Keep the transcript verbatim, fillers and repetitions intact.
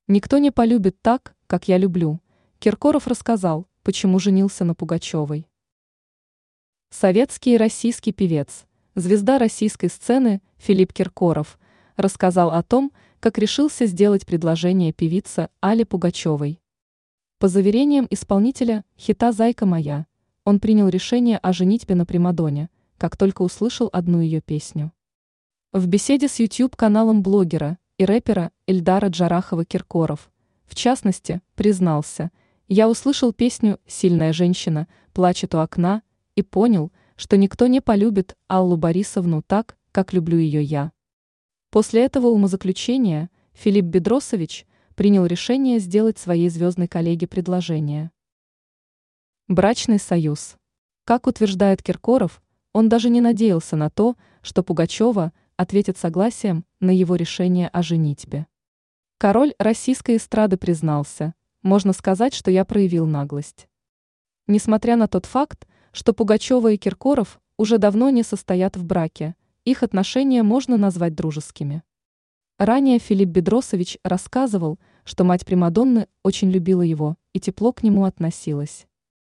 Никто не полюбит так, как я люблю. Киркоров рассказал, почему женился на Пугачевой. Советский и российский певец, звезда российской сцены Филипп Киркоров рассказал о том, как решился сделать предложение певице Алле Пугачевой. По заверениям исполнителя хита «Зайка моя», он принял решение о женитьбе на примадонне, как только услышал одну ее песню. В беседе с YouTube-каналом блогера и рэпера Эльдара Джарахова Киркоров, в частности, признался: «Я услышал песню «Сильная женщина» плачет у окна» и понял, что никто не полюбит Аллу Борисовну так, как люблю ее я». После этого умозаключения Филипп Бедросович принял решение сделать своей звездной коллеге предложение. Брачный союз. Как утверждает Киркоров, он даже не надеялся на то, что Пугачева ответит согласием на его решение о женитьбе. Король российской эстрады признался: «Можно сказать, что я проявил наглость». Несмотря на тот факт, что Пугачева и Киркоров уже давно не состоят в браке, их отношения можно назвать дружескими. Ранее Филипп Бедросович рассказывал, что мать примадонны очень любила его и тепло к нему относилась.